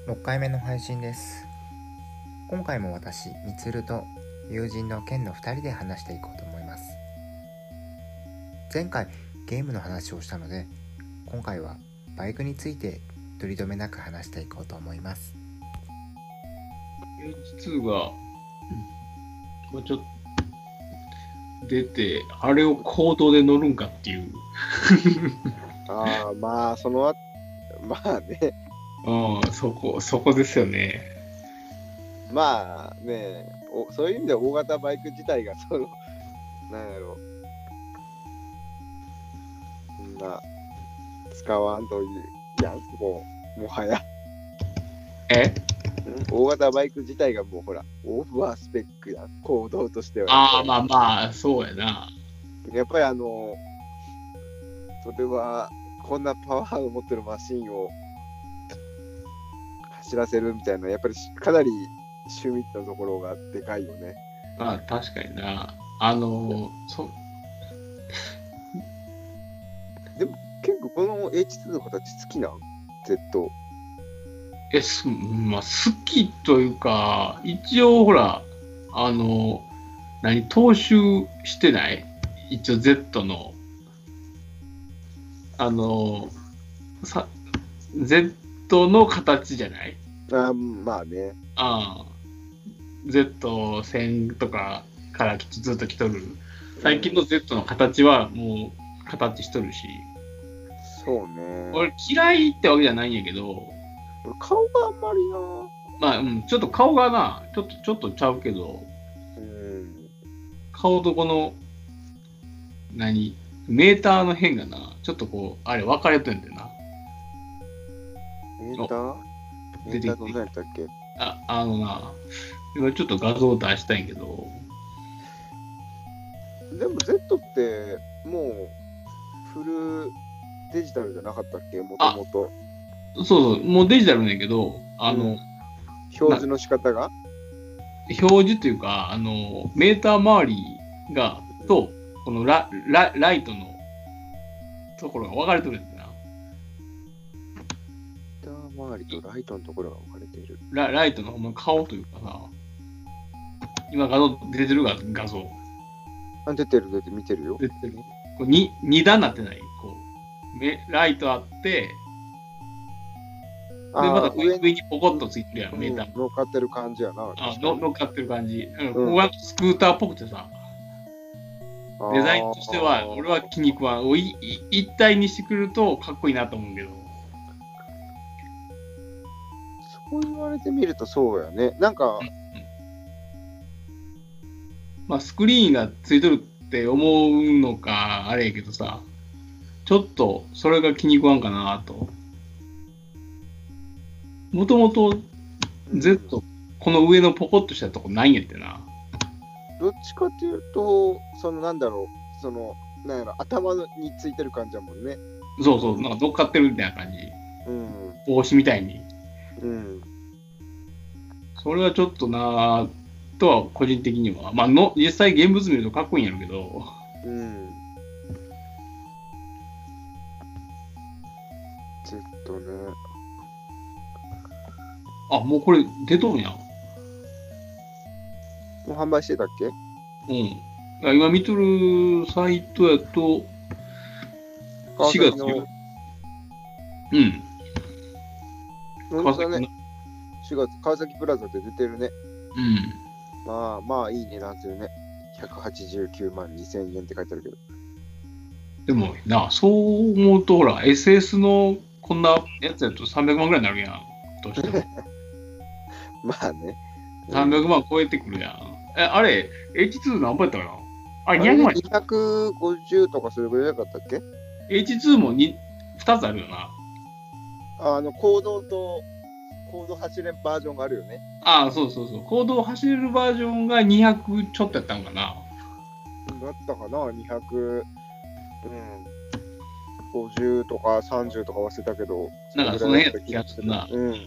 6回目の配信です。今回も私、みつると友人のケンの2人で話していこうと思います。前回ゲームの話をしたので、今回はバイクについて取り留めなく話していこうと思います。 H2 が、ちょっと出て、あれを公道で乗るんかっていう。 まあね。 そこですよね。 まあね、そういう意味で大型バイク自体がなんやろ、そんな使わんというやん、もはや。大型バイク自体がもうほら、オーバースペックやん、行動としては。 まあ、そうやな。 やっぱりそれは、こんなパワーを持ってるマシンを走らせるみたいな、やっぱりかなり趣味のところがでかいよね。 まあ、確かにな。 でも結構この H2 の形好きなん ?Z。 まあ、好きというか、一応ほら、踏襲してない一応 Z の、Z の形じゃない？ まあね。 Z1000 とかからずっと来とる。最近の Z の形はもう形しとるし。 そうね。 俺嫌いってわけじゃないんやけど。 顔があんまりな。 まあ、ちょっと顔がな、ちょっとちゃうけど。顔とこの、メーターの辺がな、ちょっとこう、あれ分かれてんだよな。 メーターどんなやったっけ？ 今ちょっと画像を出したいんやけど。 でも Z ってもうフルデジタルじゃなかったっけ？もともと。 そう、もうデジタルなんやけど、 表示の仕方が表示というか、メーター周りが、と、このライトのところが分かれてるんだよな。 メーター周りとライトのところが分かれている。 ライトの顔というかさ、今画像出てる画像。 出てる、見てるよ。 出てる。こう2段になってない？こうライトあって、で、また上にポコッとついてるやん、メーター。 乗っかってる感じやな。 乗っかってる感じ。ここがスクーターっぽくてさ、デザインとしては、俺は気に食わん。一体にしてくるとかっこいいなと思うけど。 そう言われてみるとそうやね。なんか、 まあ、スクリーンがついとるって思うのか、あれやけどさ、ちょっとそれが気に食わんかなと。もともと Z、この上のポコッとしたとこないんやってな。 どっちかっていうと、頭についてる感じだもんね。 そう、なんか乗っかってるみたいな感じ。帽子みたいに。それはちょっとなぁとは個人的には。まあ実際現物見るとかっこいいんやろうけど。 Z ね。 もうこれ出とるんやん。 もう販売してたっけ？ 今見とるサイトやと、4月よ。 川崎ね。4月、川崎プラザで出てるね。まあ、いい値段するね。189万2000円って書いてあるけど。 でもそう思うと、ほら、SS のこんなやつやと300万ぐらいになるやん。どうしても。 まあね。 300万超えてくるやん。あれ、H2 何本やったかな？200万。 250とかそれぐらいなかったっけ？ H2 も2つあるよな。 公道走れんバージョンがあるよね。 そう。公道走れるバージョンが200ちょっとやったんかな。 だったかな、200、50とか30とか忘れたけど。 なんかその辺やった気がするな。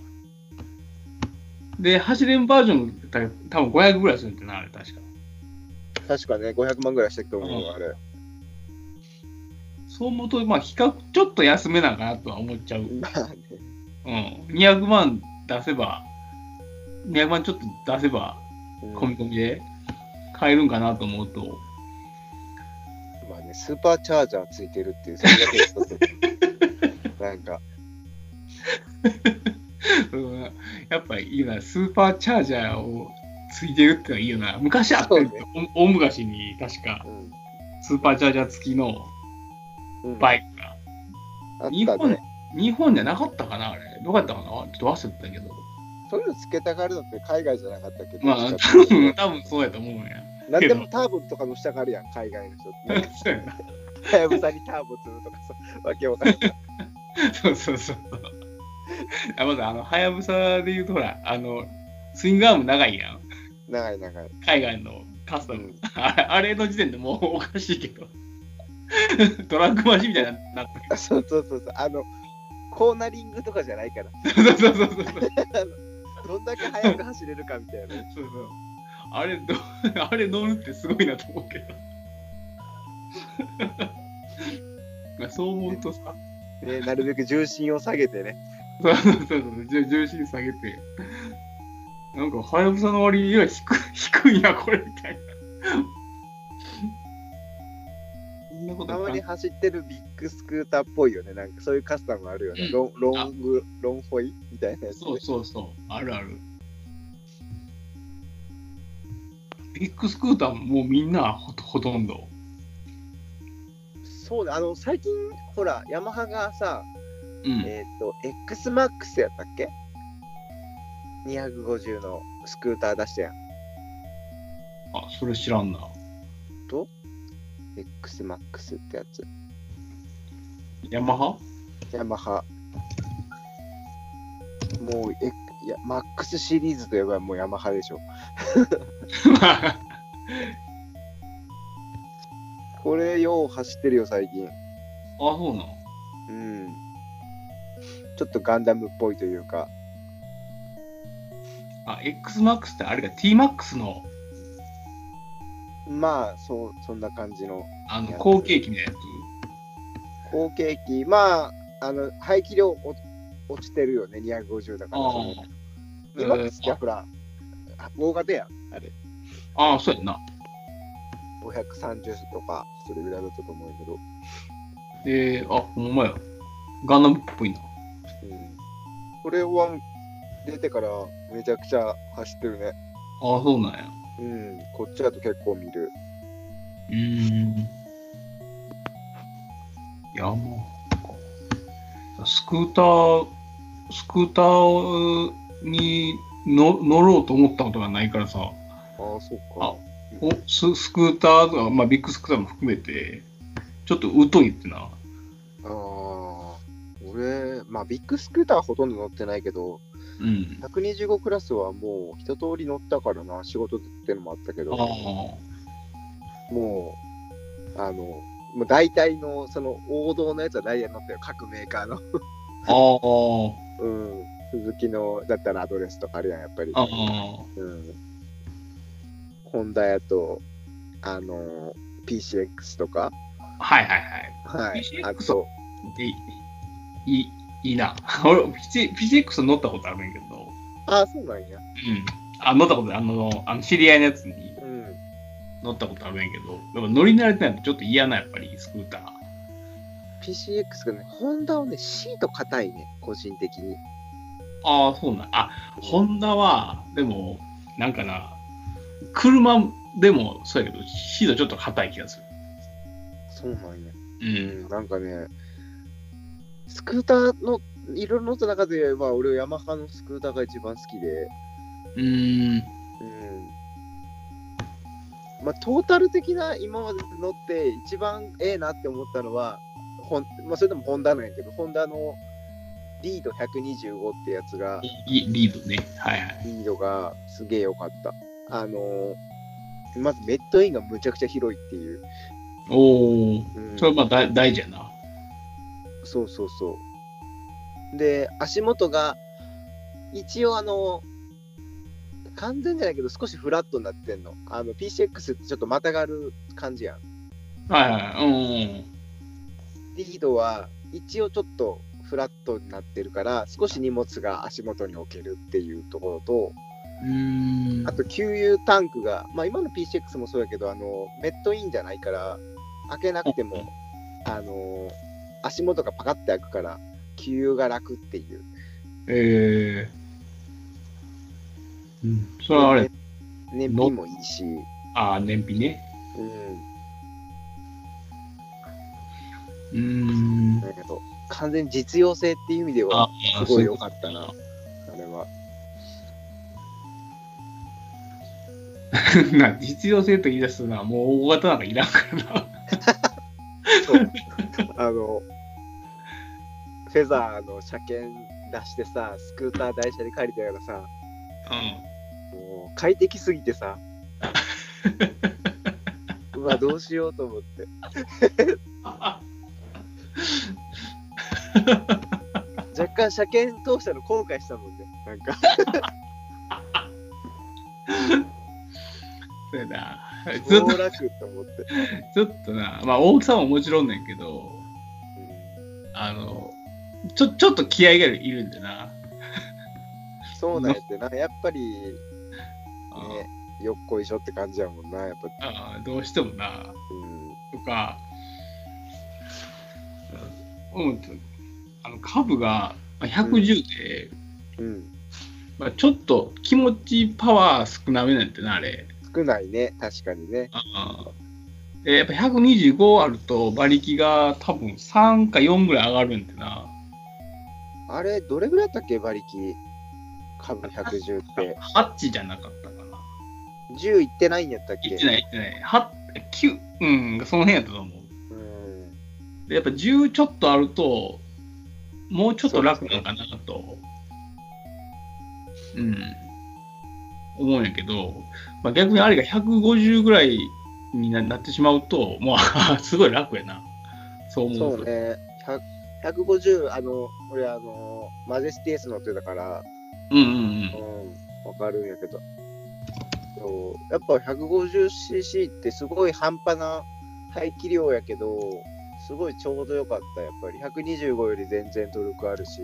で、走れんバージョン多分500ぐらいするんってな、あれ確か。 確かね、500万ぐらいしてると思う、あれ。 そう思うと、比較ちょっと安めなんかなとは思っちゃう。 まあね。 200万出せば、200万ちょっと出せば、込み込みで買えるんかなと思うと。 まあね、スーパーチャージャーついてるっていう、それだけでちょっとなんか。 やっぱいいよな、スーパーチャージャーをついてるってのはいいよな。昔あったよ、ね、大昔に確か、スーパーチャージャー付きのバイクが。 あったね。 日本じゃなかったかな、あれ。どうやったかな、ちょっと忘れてたけど。 そういうのつけたがるのって海外じゃなかったっけど。 まあ、多分そうやと思うんや。 なんでもターボとかのしたがるやん、海外の人って。そうやな。はやぶさにターボするとかさ、わけわかんない。 そう。まずはやぶさで言うとほら、スイングアーム長いやん。 長い。 海外のカスタム。あれの時点でもうおかしいけど。トラックマシンみたいになってる。 そう。コーナリングとかじゃないから。 そう。 どんだけ速く走れるかみたいな。 そう。あれ乗るってすごいなと思うけど。そう思うとさ。 ね、なるべく重心を下げてね。 そう、重心下げて。なんか、はやぶさの割には低いな、これ、みたいな。 たまに走ってるビッグスクーターっぽいよね。なんかそういうカスタムあるよね。ロンホイみたいなやつ。 そう。ある。ビッグスクーターもうみんなほとんど。 そうね、最近、ほら、ヤマハがさ、XMAX やったっけ ?250 のスクーター出したやん。 あ、それ知らんな。 XMAX ってやつ。 ヤマハ。 もう、マックスシリーズといえばもうヤマハでしょ。これよう走ってるよ、最近。 あ、そうなの。 ちょっとガンダムっぽいというか。 XMAX ってあれが TMAX の。 まあ、そんな感じの。 後継機みたいなやつ。 後継機、まあ、排気量落ちてるよね、250だから。TMAX ってほら、大型やん、あれ。 ああ、そうやな。 530とか、それぐらいだったと思うけど。 ほんまや。ガンダムっぽいな。 これは出てからめちゃくちゃ走ってるね。 ああ、そうなんや。 こっちだと結構見る。 スクーターに乗ろうと思ったことがないからさ。 ああ、そうか。 スクーターとか、まあ、ビッグスクーターも含めて、ちょっと疎いってな。 俺、まあ、ビッグスクーターはほとんど乗ってないけど、125クラスはもう一通り乗ったからな、仕事ってのもあったけど、もう大体のその王道のやつは大体乗ったよ、各メーカーの。鈴木のだったらアドレスとかあるやん、やっぱり。ホンダやと、PCX とか。 はい。 あと、 いいな。俺、PCX 乗ったことあるんやけど。 あ、そうなんや。 乗ったことある、知り合いのやつに乗ったことあるんやけど、やっぱ乗り慣れてないとちょっと嫌な、やっぱり、スクーター。 PCX がね、ホンダはね、シート硬いね、個人的に。 ああ、そうなん。ホンダは、でも、なんかな、車でもそうやけど、シートちょっと硬い気がする。 そうなんや。なんかね、スクーターのいろいろ乗った中で言えば、俺はヤマハのスクーターが一番好きで。まあ、トータル的な今まで乗って一番なって思ったのは、まあ、それでもホンダなんやけど、ホンダのリード125ってやつが、 リードね。 リードがすげえ良かった。まずメットインがむちゃくちゃ広いっていう。 それはまあ大事やな。 そう。で、足元が一応完全じゃないけど少しフラットになってんの。PCX ってちょっとまたがる感じやん。 リリードは一応ちょっとフラットになってるから少し荷物が足元に置けるっていうところと、あと給油タンクが、まあ、今の PCX もそうやけどメットインじゃないから開けなくても足元がパカッて開くから給油が楽っていう。 それはあれ燃費もいいし。 燃費ね。 だけど完全に実用性っていう意味ではすごい良かったな、あれは。 実用性と言い出すのはもう大型なんかいらんからな。 そうフェザーの車検出してさ、スクーター台車で借りたからさ、もう快適すぎてさ、うわどうしようと思って。若干車検通したの後悔したもんね、なんか。 そうやな。 超楽と思って。 ちょっとな、まあ大きさももちろんねんけど、ちょっと気合がいるんだな。 そうなんやってな、やっぱり、ね、よっこいしょって感じやもんな、やっぱ。 どうしてもな。とか、株が110で、まあ、ちょっと気持ちパワー少なめなんてな、あれ。 少ないね、確かにね。 やっぱ125あると馬力が多分3か4ぐらい上がるんでな。 あれ、どれぐらいだったっけ、馬力。株110って。 8じゃなかったかな。 10いってないんやったっけ。 いってない。9、その辺やったと思う。でやっぱ10ちょっとあると、もうちょっと楽なのかなと。思うんやけど、まあ、逆にあれが150ぐらいになってしまうと、もうすごい楽やな。そう思う。 そうね。150、俺マジェスティ S 乗ってたから、わかるんやけど。やっぱ 150cc ってすごい半端な排気量やけど、すごいちょうどよかった。やっぱり125より全然トルクあるし、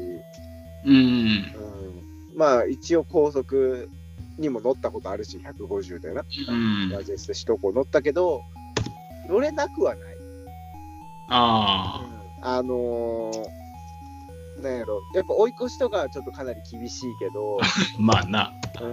まあ一応高速にも乗ったことあるし、150でな。マジェステ首都高乗ったけど、乗れなくはない。なんやろ、やっぱ追い越しとかはちょっとかなり厳しいけど、 まあな。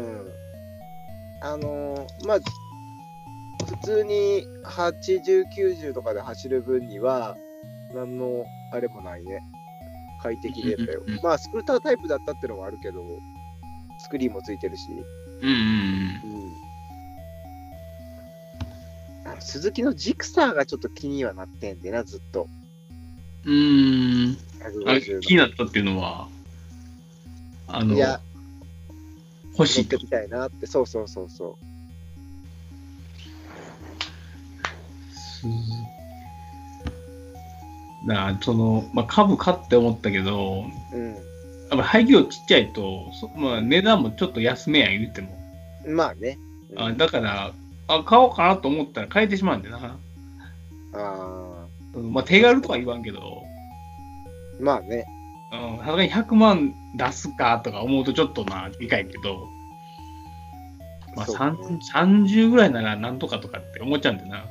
まあ、普通に80、90とかで走る分には、何のあれもないね。快適でったよ。まあ、スクータータイプだったってのはあるけど、スクリーンもついてるし。鈴木のジクサーがちょっと気にはなってんでな、ずっと。 あれ気になったっていうのは、 いや、 欲しいってみたいなって、そう。 まあ、株買って思ったけど、やっぱ排気量ちっちゃいと、まあ、値段もちょっと安めや言っても。 まあね。 だから、買おうかなと思ったら変えてしまうんだよな。まあ、手軽とは言わんけど。 まあね。 さすがに100万出すかとか思うとちょっとでかいけど、まあ、30ぐらいならなんとかとかって思っちゃうんだよな。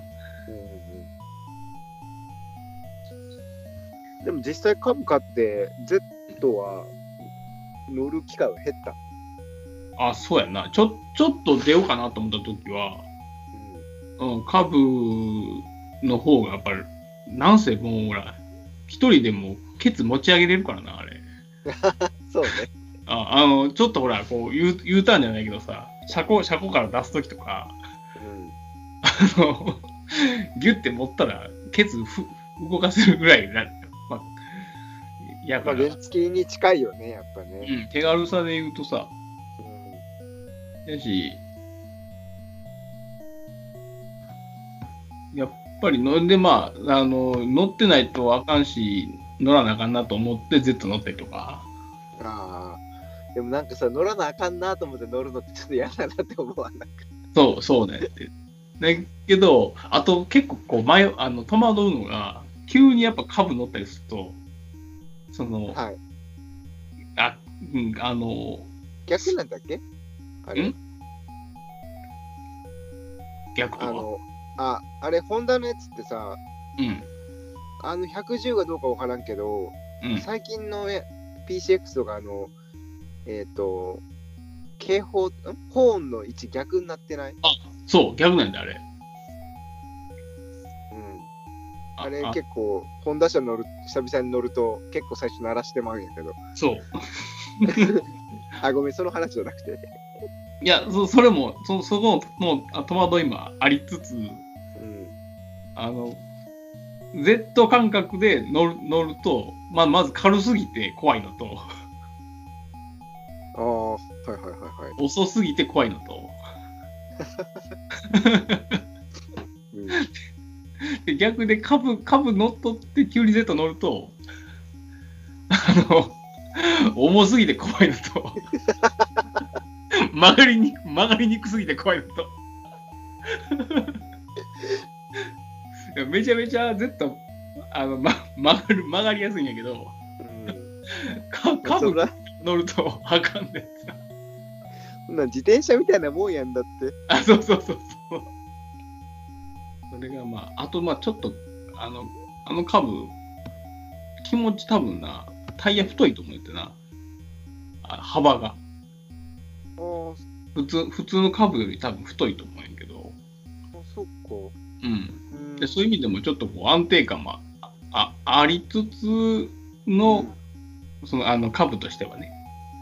でも実際株買って Z は乗る機会は減った。 そうやな。ちょっと出ようかなと思った時は、株の方がやっぱり、なんせもうほら、一人でもケツ持ち上げれるからな、あれ。 そうね。 ちょっとほら、こう、U ターンじゃないけどさ、車庫から出す時とか、ギュッて持ったら、ケツ動かせるぐらいになる。やから。 原付に近いよね、やっぱね。 手軽さで言うとさ、やし、やっぱり乗ってないとあかんし、乗らなあかんなと思って Z 乗ったりとか。 でもなんかさ、乗らなあかんなと思って乗るのってちょっと嫌だなって思わない。 そうねって。だけど、あと結構こう戸惑うのが、急にやっぱ株乗ったりすると、 その、 はい。逆なんだっけあれ。 逆とはあれ、ホンダのやつってさ、 うん。 110がどうかわからんけど、最近のPCX とか警報、ホーンの位置逆になってない？ あ、そう、逆なんだ、あれ。 あれ結構、ホンダ車久々に乗ると、結構最初鳴らしてまうんやけど。 そう。 ごめん、その話じゃなくて。 いや、それも、そこの戸惑いもありつつ、Z 感覚で乗ると、まず軽すぎて怖いのと、 はいはいはいはい。 遅すぎて怖いのと、で逆で株乗っ取ってキュウリ Z 乗ると、重すぎて怖いのと、曲がりにくすぎて怖いのと、めちゃめちゃ Z 曲がりやすいんやけど、株乗るとあかんねんさ。 自転車みたいなもんやんだって。 そう。それがあとちょっと株気持ち多分なタイヤ太いと思ってな、幅が普通の株より多分太いと思うんやけど、 そっか。 でそういう意味でもちょっとこう安定感もありつつの、その株としてはね。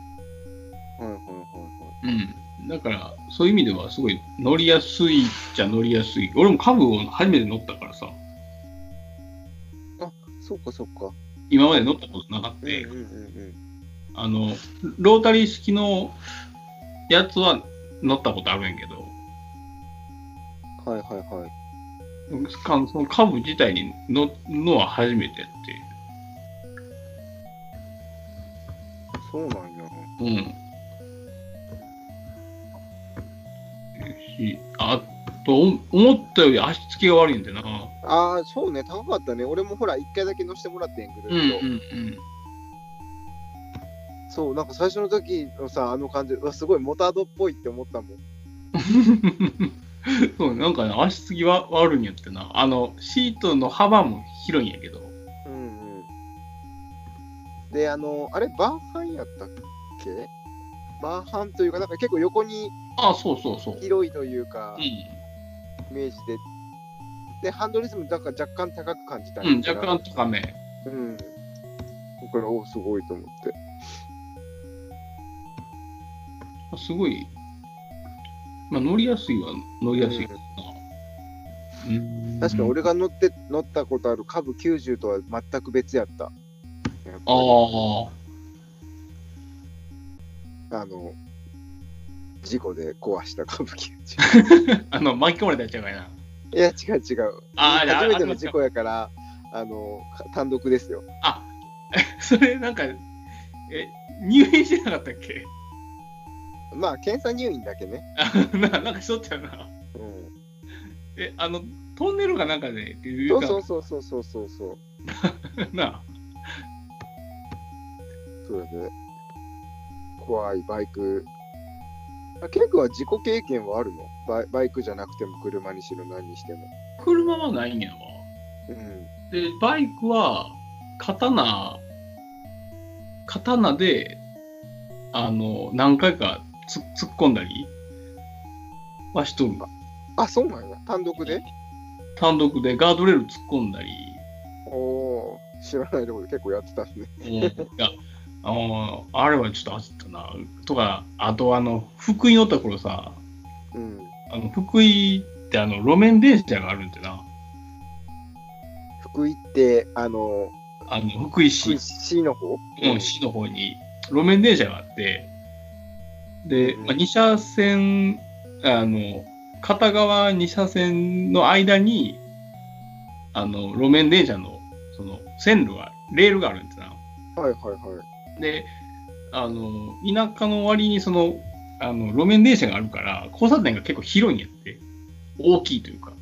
だからそういう意味ではすごい乗りやすいっちゃ乗りやすい。俺も株を初めて乗ったからさ。 そっか。 今まで乗ったことなかった。ロータリー式のやつは乗ったことあるんやけど。 はいはいはい。 その株自体に乗るのは初めてやって。 そうなんや。 あと思ったより足つきが悪いんだよな。 そうね、高かったね。俺もほら、1回だけ乗せてもらってんけど、そう、なんか最初の時のさ、感じ、すごいモタードっぽいって思ったもん。 そう、なんかね、足つきは悪いんやってな。シートの幅も広いんやけど。 で、あれ、バーハンやったっけ？バーハンというか、なんか結構横にそう広いというか、イメージで。で、ハンドリズムだから若干高く感じたり。若干高め。だから、 すごいと思って。 すごい、乗りやすいは乗りやすいかな。 確かに俺が乗ったことある株90とは全く別やった。事故で壊した株90。 巻き込まれたやつやからな。 いや、違う。初めての事故やから、単独ですよ。 それなんか、入院してなかったっけ？ 検査入院だけね。 なんかしとったよな。トンネルかなんかでっていうか。 そう。 なあ。 それで、怖いバイク。ケイ君は自己経験はあるの？バイクじゃなくても車にしろ何にしても。 車はないんやわ。で、バイクは刀で、何回か突っ込んだりはしとる。 そうなんや。単独でガードレール突っ込んだり。 知らないところで結構やってたんで。 あれはちょっと焦ったな。とか、あと福井におった頃さ、福井って路面電車があるんでな。 福井って、 福井市。 市の方？ 市の方に路面電車があって、で、2車線、片側2車線の間に、路面電車の、レールがあるんですな。で、田舎の割に路面電車があるから、交差点が結構広いんやって。大きいというか。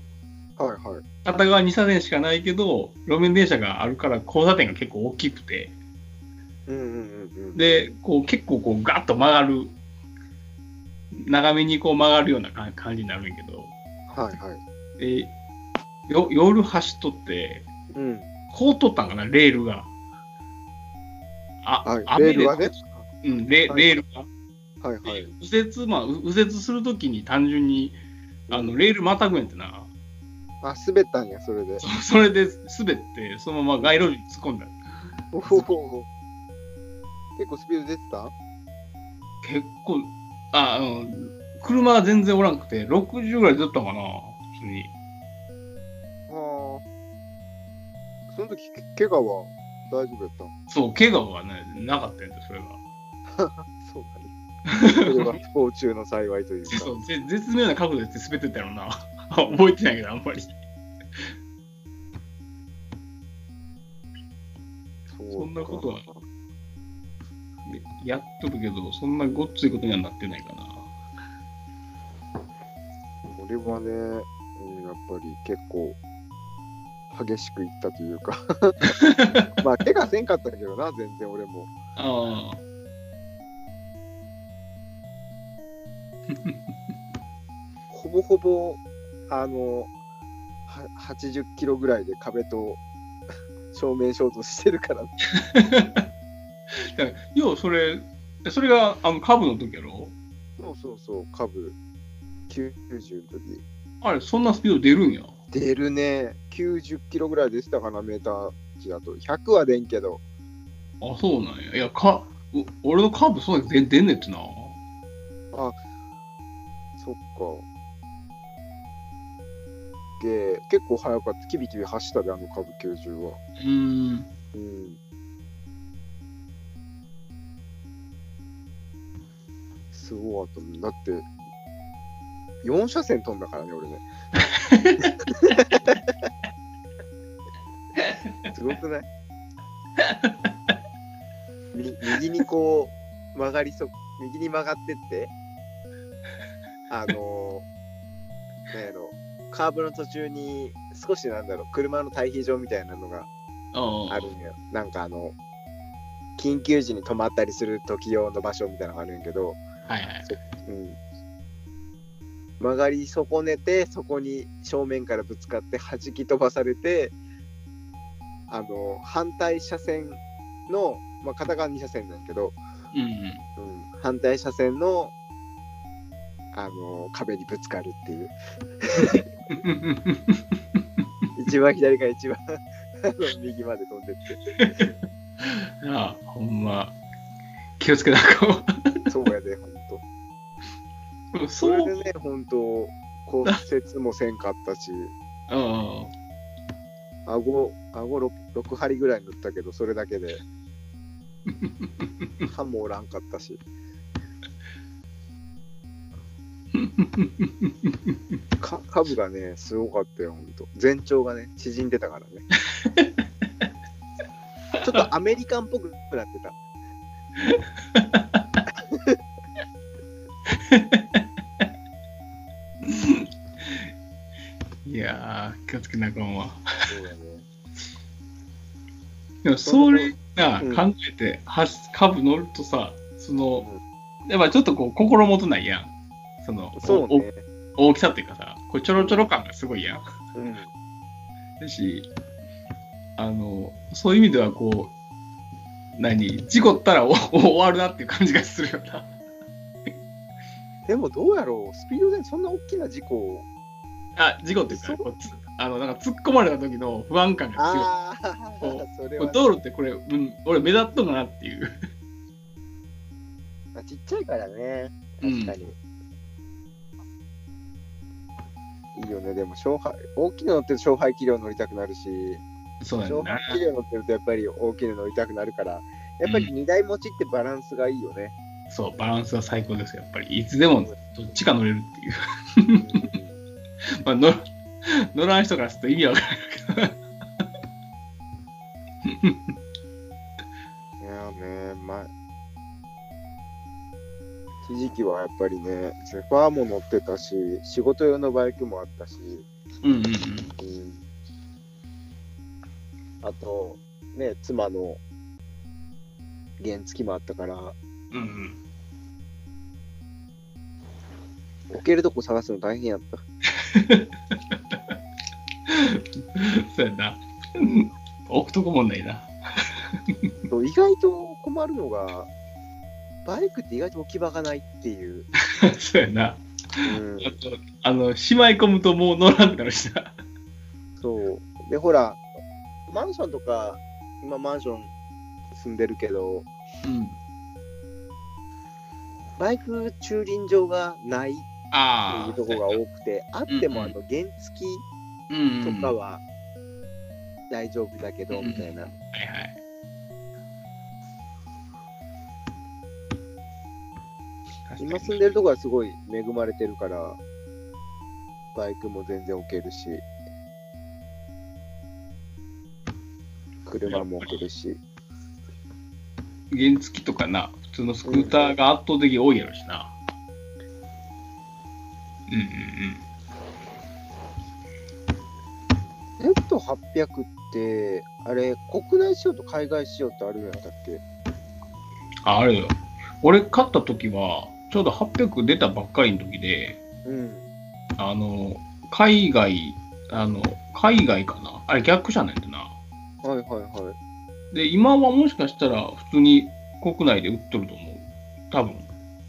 片側2車線しかないけど、路面電車があるから交差点が結構大きくて。 で、こう結構こうガッと曲がる、長めにこう曲がるような感じになるんやけど、 はいはい。 で夜走っとって、こうとったんかな、レールが。 レールがね。 レールが。 はいはい。 右折するときに単純に、レールまたぐんやってな。 滑ったんや、それで。 それで滑って、そのまま街路樹に突っ込んだ。 結構スピード出てた？ 結構、車は全然おらんくて、60ぐらい出たかな、普通に。 その時、怪我は大丈夫やったん？ そう、怪我はね、なかったんだよ、それが。 そうだね。それは不幸中の幸いというか。 そう、絶妙な角度で滑ってたよな。覚えてないけど、あんまり。そんなことはやっとるけど、そんなごっついことにはなってないかな。 俺はね、やっぱり結構激しくいったというかまあ怪我せんかったけどな、全然俺も。ほぼほぼ80キロぐらいで壁と正面衝突してるからね。 ようそれがカブの時やろ？ そうカブ90の時。 あれそんなスピード出るんや？ 出るね。90キロぐらいでしたかな、メーター値だと。100は出んけど。 あ、そうなんや。いや俺のカーブそうだけど出んねってな。 そっか。結構速かった。キビキビ走ったで、カブ90は。すごかった。だって、4車線飛んだからね、俺ね。すごくない？右にこう、右に曲がってって、なんやろ、カーブの途中に少し車の待避場みたいなのがあるんよ。なんか緊急時に止まったりする時用の場所みたいなのがあるんやけど、曲がり損ねて、そこに正面からぶつかって弾き飛ばされて、反対車線の、片側2車線なんやけど、反対車線の壁にぶつかるっていう一番左から一番右まで飛んでってほんま気をつけなあかん。 そうやで、ほんと。それでね、ほんと骨折もせんかったし、顎6針ぐらい塗ったけど、それだけで歯もおらんかったしカブがね、すごかったよ、ほんと。全長がね、縮んでたからね。ちょっとアメリカンっぽくなってた。 いやー、気をつけなあかんわ。 そうだね。 でもそれが考えて、カブ乗るとさ、やっぱちょっとこう心もとないやん。 そうね、 大きさっていうかさ、これちょろちょろ感がすごいやん。だし、そういう意味ではこう、事故ったら終わるなっていう感じがするよな。 でもどうやろう、スピードでそんな大きな事故。 事故っていうか、なんか突っ込まれた時の不安感が強い。それはね、道路ってこれ、俺目立っとんかなっていう。 ちっちゃいからね、確かに。いいよね、でも大きいの乗ってると勝敗器量乗りたくなるし、勝敗器量乗ってるとやっぱり大きいの乗りたくなるから、やっぱり2台持ちってバランスがいいよね。 そう、バランスは最高ですよ、やっぱり。いつでもどっちか乗れるっていう。乗らん人からすると意味わからないけど。 いやね、一時期はやっぱりね、ゼファーも乗ってたし、仕事用のバイクもあったし、あと、ね、妻の原付もあったから、 うん置けるとこ探すの大変やった。 そうやな。置くとこ問題な。 意外と困るのが、バイクって意外と置き場がないっていう。 そうやな。 うん、 あと、しまい込むともう乗らんくなるしな。 そう。で、ほら、マンションとか、今マンション住んでるけど、バイク駐輪場がないっていうところが多くて、あっても原付とかは大丈夫だけど、みたいな。はいはい。今住んでるとこはすごい恵まれてるから、バイクも全然置けるし、車も置けるし。 原付とかな、普通のスクーターが圧倒的に多いやろしな。 Z800 って、あれ、国内仕様と海外仕様ってあるんやったっけ？ あれよ。俺買った時は、ちょうど800出たばっかりの時で、海外かな、あれ逆車なんやてな。 はいはいはい。 で、今はもしかしたら普通に国内で売ってると思う。多分。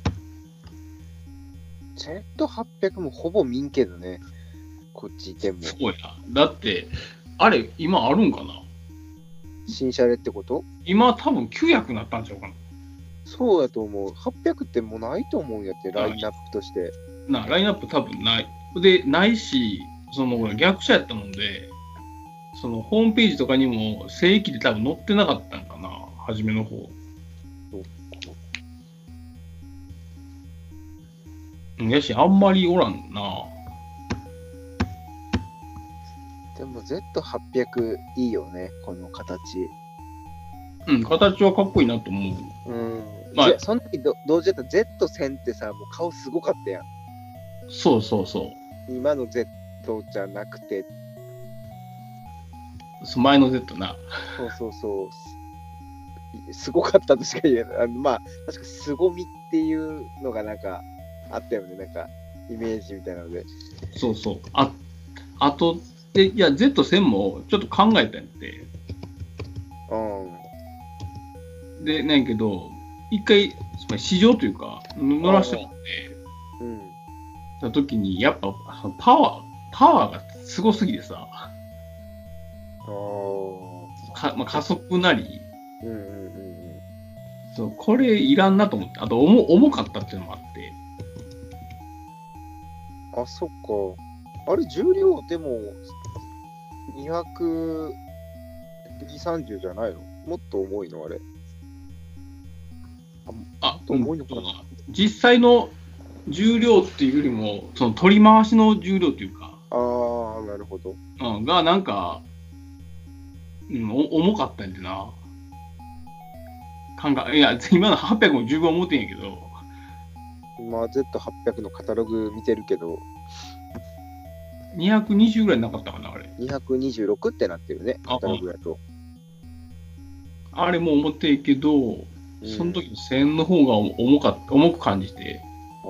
Z800 もほぼ見んけどね。こっちいても。 そうや。だって、あれ、今あるんかな？ 新車でってこと？ 今多分900になったんちゃうかな。 そうやと思う。800ってもうないと思うんやって、ラインナップとして。 ラインナップ多分ない。で、ないし、逆車やったもんで、ホームページとかにも正規で多分載ってなかったんかな、初めの方。やし、あんまりおらんな。 でも Z800 いいよね、この形。 形はかっこいいなと思う。 まあ、その時同時だった Z1000 ってさ、もう顔すごかったやん。 そうそうそう。 今の Z じゃなくて。 前の Z な。 そうそうそう。すごかったとしか言えない。まあ、確か凄みっていうのがなんかあったよね、なんかイメージみたいなので。 そうそう。あと、いや、Z1000 もちょっと考えたんやって。で、なんやけど、一回、試乗というか、乗らせてもらって、た時に、やっぱ、パワーがすごすぎてさ、加速なり、そう、これいらんなと思って、あと重かったっていうのもあって。 あ、そっか。あれ、重量でも、220、30じゃないの？もっと重いのあれ。重いのかな？ 実際の重量っていうよりも、その取り回しの重量っていうか。 なるほど。 が、なんか、重かったんでな。いや、今の800も十分重てんやけど。 まあ、Z800 のカタログ見てるけど。 220ぐらいなかったかな、あれ。 226ってなってるね、カタログやと。 あれも重てえけど、その時の1000の方が重く感じて。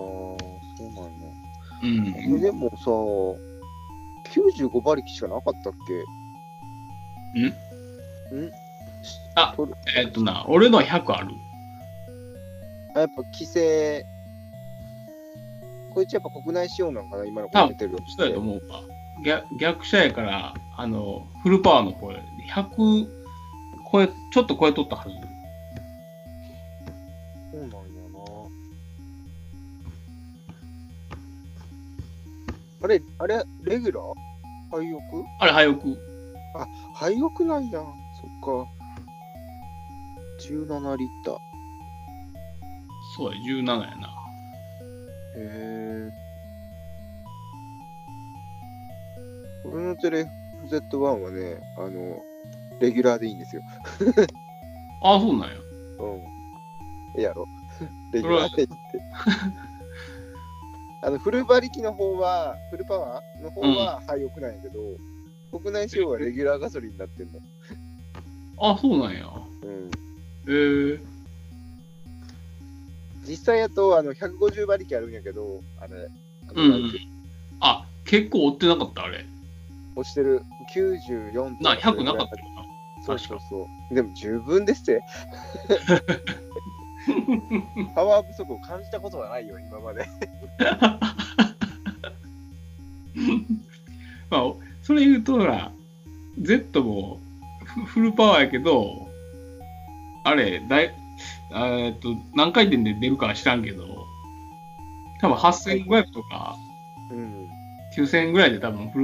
そうなんだ。でもさ、95馬力しかなかったっけ？ 俺のは100ある。 やっぱ規制、こいつやっぱ国内仕様なんかな、今の子出てる。 そうやと思うか。逆車やから、フルパワーの方100ちょっと超えとったはず。 そうなんやな。あれ、レギュラー？廃屋？ あれ、廃屋。 廃屋なんや。そっか。17リッター。 そうや、17やな。 へえ。俺のテレ Z1 はね、レギュラーでいいんですよ。 そうなんや。 やろ。レギュラーでいいって。フル馬力の方は、フルパワーの方は廃屋なんやけど、国内仕様はレギュラーガソリンになってんの。 そうなんや。 実際やと150馬力あるんやけど、 あ、結構追ってなかったあれ。 落ちてる94とな、100なかったよな。 そうそうそう。でも十分ですって。パワー不足を感じたことはないよ、今まで。 まあ、それ言うとほら、Z もフルパワーやけど、あれ、何回転で出るかは知らんけど、多分8500とか、9000ぐらいで多分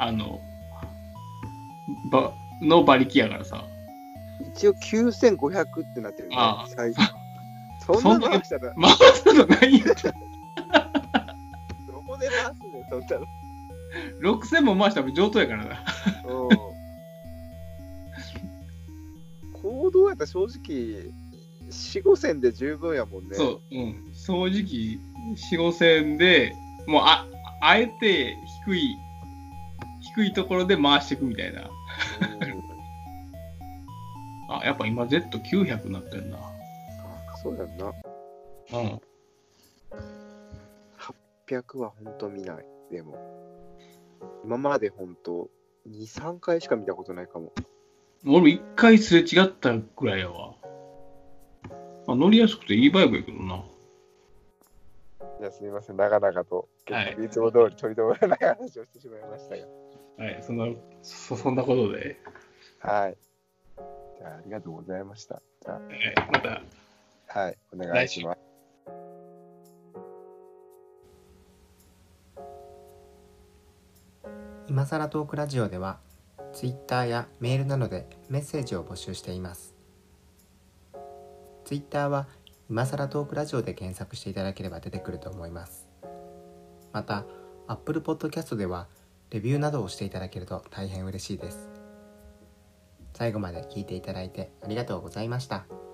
の馬力やからさ。 一応9500ってなってるね。最初。そんな回したら。 回したのないよ。 どこで回すねん、そんなの。 6000も回したら上等やからな。 行動やったら正直、4、5000で十分やもんね。 そう、正直、4、5000で、もうあえて低いところで回していくみたいな。あ、やっぱ今 Z900 になってんな。 そうやんな。800はほんと見ない。でも。今までほんと2、3回しか見たことないかも。 俺も1回すれ違ったぐらいやわ。乗りやすくていいバイクやけどな。 じゃあすみません、長々と。結局いつも通り取り留めない話をしてしまいましたが。 はい、そんなことで。 はい。じゃあありがとうございました。じゃあ、 また。 はい、お願いします。 今さらトークラジオでは Twitter やメールなどでメッセージを募集しています。Twitter は今さらトークラジオで検索していただければ出てくると思います。また Apple Podcast ではレビューなどをしていただけると大変嬉しいです。最後まで聞いていただいてありがとうございました。